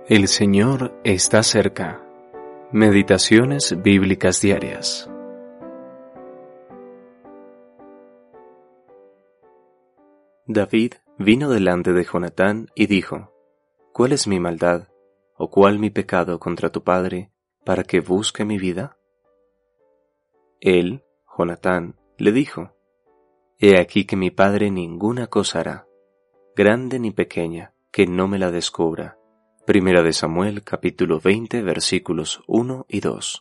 El Señor está cerca. Meditaciones bíblicas diarias. David vino delante de Jonatán y dijo: ¿Cuál es mi maldad, o cuál mi pecado contra tu padre, para que busque mi vida? Él, Jonatán, le dijo: He aquí que mi padre ninguna cosa hará, grande ni pequeña, que no me la descubra. Primera de Samuel, capítulo 20, versículos 1 y 2.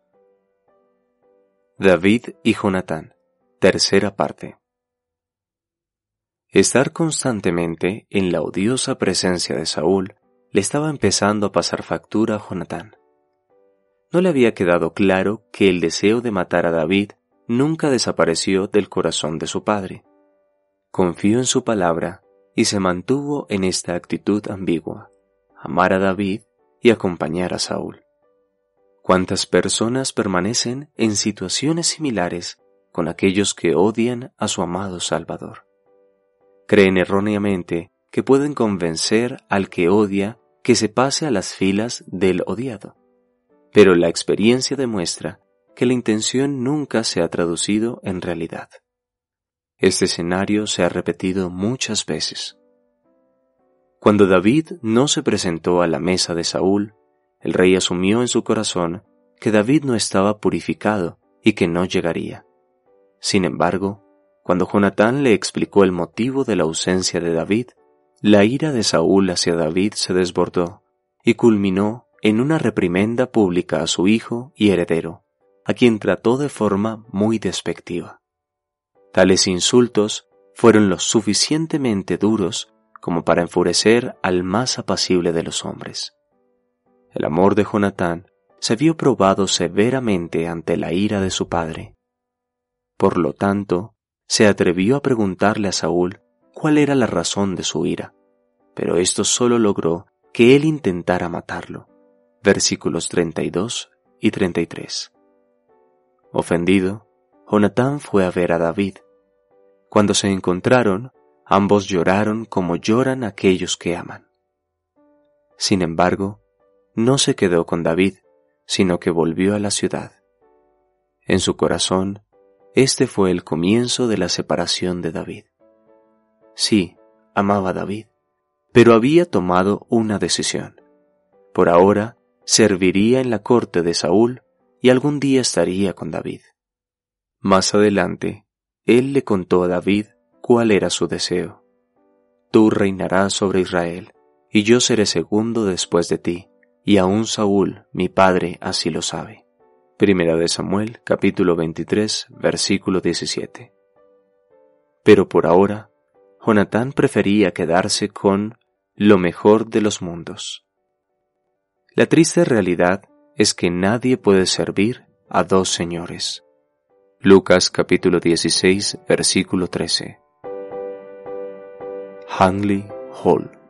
David y Jonatán, tercera parte. Estar constantemente en la odiosa presencia de Saúl le estaba empezando a pasar factura a Jonatán. No le había quedado claro que el deseo de matar a David nunca desapareció del corazón de su padre. Confió en su palabra y se mantuvo en esta actitud ambigua: amar a David y acompañar a Saúl. ¿Cuántas personas permanecen en situaciones similares con aquellos que odian a su amado Salvador? Creen erróneamente que pueden convencer al que odia que se pase a las filas del odiado, pero la experiencia demuestra que la intención nunca se ha traducido en realidad. Este escenario se ha repetido muchas veces. Cuando David no se presentó a la mesa de Saúl, el rey asumió en su corazón que David no estaba purificado y que no llegaría. Sin embargo, cuando Jonatán le explicó el motivo de la ausencia de David, la ira de Saúl hacia David se desbordó y culminó en una reprimenda pública a su hijo y heredero, a quien trató de forma muy despectiva. Tales insultos fueron lo suficientemente duros como para enfurecer al más apacible de los hombres. El amor de Jonatán se vio probado severamente ante la ira de su padre. Por lo tanto, se atrevió a preguntarle a Saúl cuál era la razón de su ira, pero esto solo logró que él intentara matarlo. Versículos 32 y 33. Ofendido, Jonatán fue a ver a David. Cuando se encontraron, ambos lloraron como lloran aquellos que aman. Sin embargo, no se quedó con David, sino que volvió a la ciudad. En su corazón, este fue el comienzo de la separación de David. Sí, amaba a David, pero había tomado una decisión. Por ahora, serviría en la corte de Saúl y algún día estaría con David. Más adelante, él le contó a David cuál era su deseo. Tú reinarás sobre Israel, y yo seré segundo después de ti, y aún Saúl, mi padre, así lo sabe. Primera de Samuel, capítulo 23, versículo 17. Pero por ahora, Jonatán prefería quedarse con lo mejor de los mundos. La triste realidad es que nadie puede servir a dos señores. Lucas capítulo 16, versículo 13. Hanley Hall.